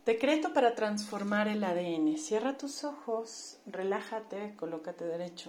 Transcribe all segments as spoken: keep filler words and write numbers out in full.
Decreto para transformar el A D N. Cierra tus ojos, relájate, colócate derecho.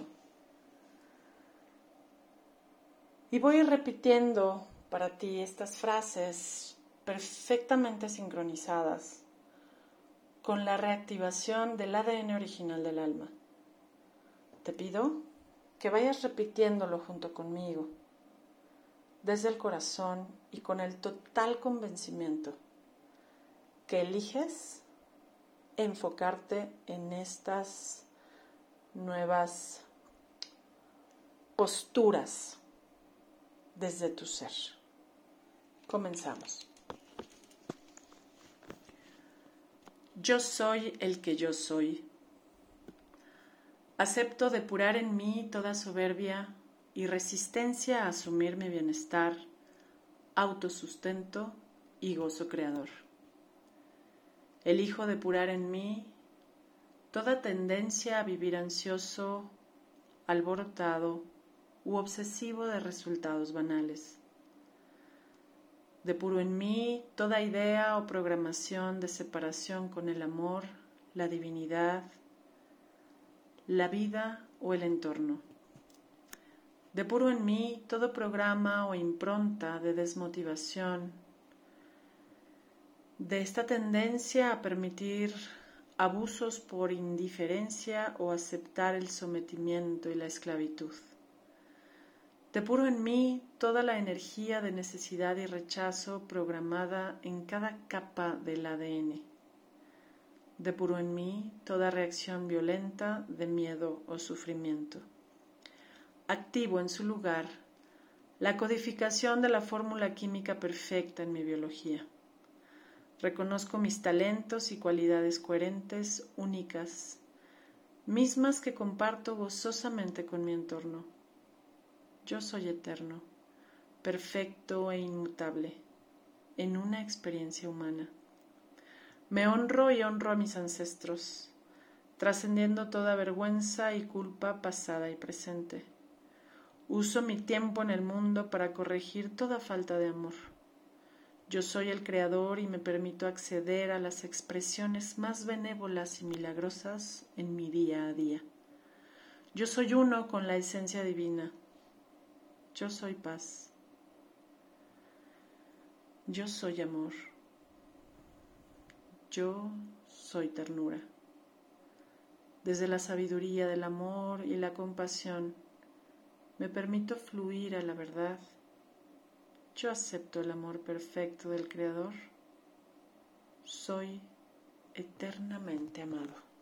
Y voy repitiendo para ti estas frases perfectamente sincronizadas con la reactivación del A D N original del alma. Te pido que vayas repitiéndolo junto conmigo, desde el corazón y con el total convencimiento que eliges enfocarte en estas nuevas posturas desde tu ser. Comenzamos. Yo soy el que yo soy. Acepto depurar en mí toda soberbia y resistencia a asumir mi bienestar, autosustento y gozo creador. Elijo depurar en mí toda tendencia a vivir ansioso, alborotado u obsesivo de resultados banales. Depuro en mí toda idea o programación de separación con el amor, la divinidad, la vida o el entorno. Depuro en mí todo programa o impronta de desmotivación, de esta tendencia a permitir abusos por indiferencia o aceptar el sometimiento y la esclavitud. Depuro en mí toda la energía de necesidad y rechazo programada en cada capa del A D N. Depuro en mí toda reacción violenta de miedo o sufrimiento. Activo en su lugar la codificación de la fórmula química perfecta en mi biología. Reconozco mis talentos y cualidades coherentes, únicas, mismas que comparto gozosamente con mi entorno. Yo soy eterno, perfecto e inmutable, en una experiencia humana. Me honro y honro a mis ancestros, trascendiendo toda vergüenza y culpa pasada y presente. Uso mi tiempo en el mundo para corregir toda falta de amor. Yo soy el creador y me permito acceder a las expresiones más benévolas y milagrosas en mi día a día. Yo soy uno con la esencia divina. Yo soy paz. Yo soy amor. Yo soy ternura. Desde la sabiduría del amor y la compasión, me permito fluir a la verdad. Yo acepto el amor perfecto del Creador. Soy eternamente amado.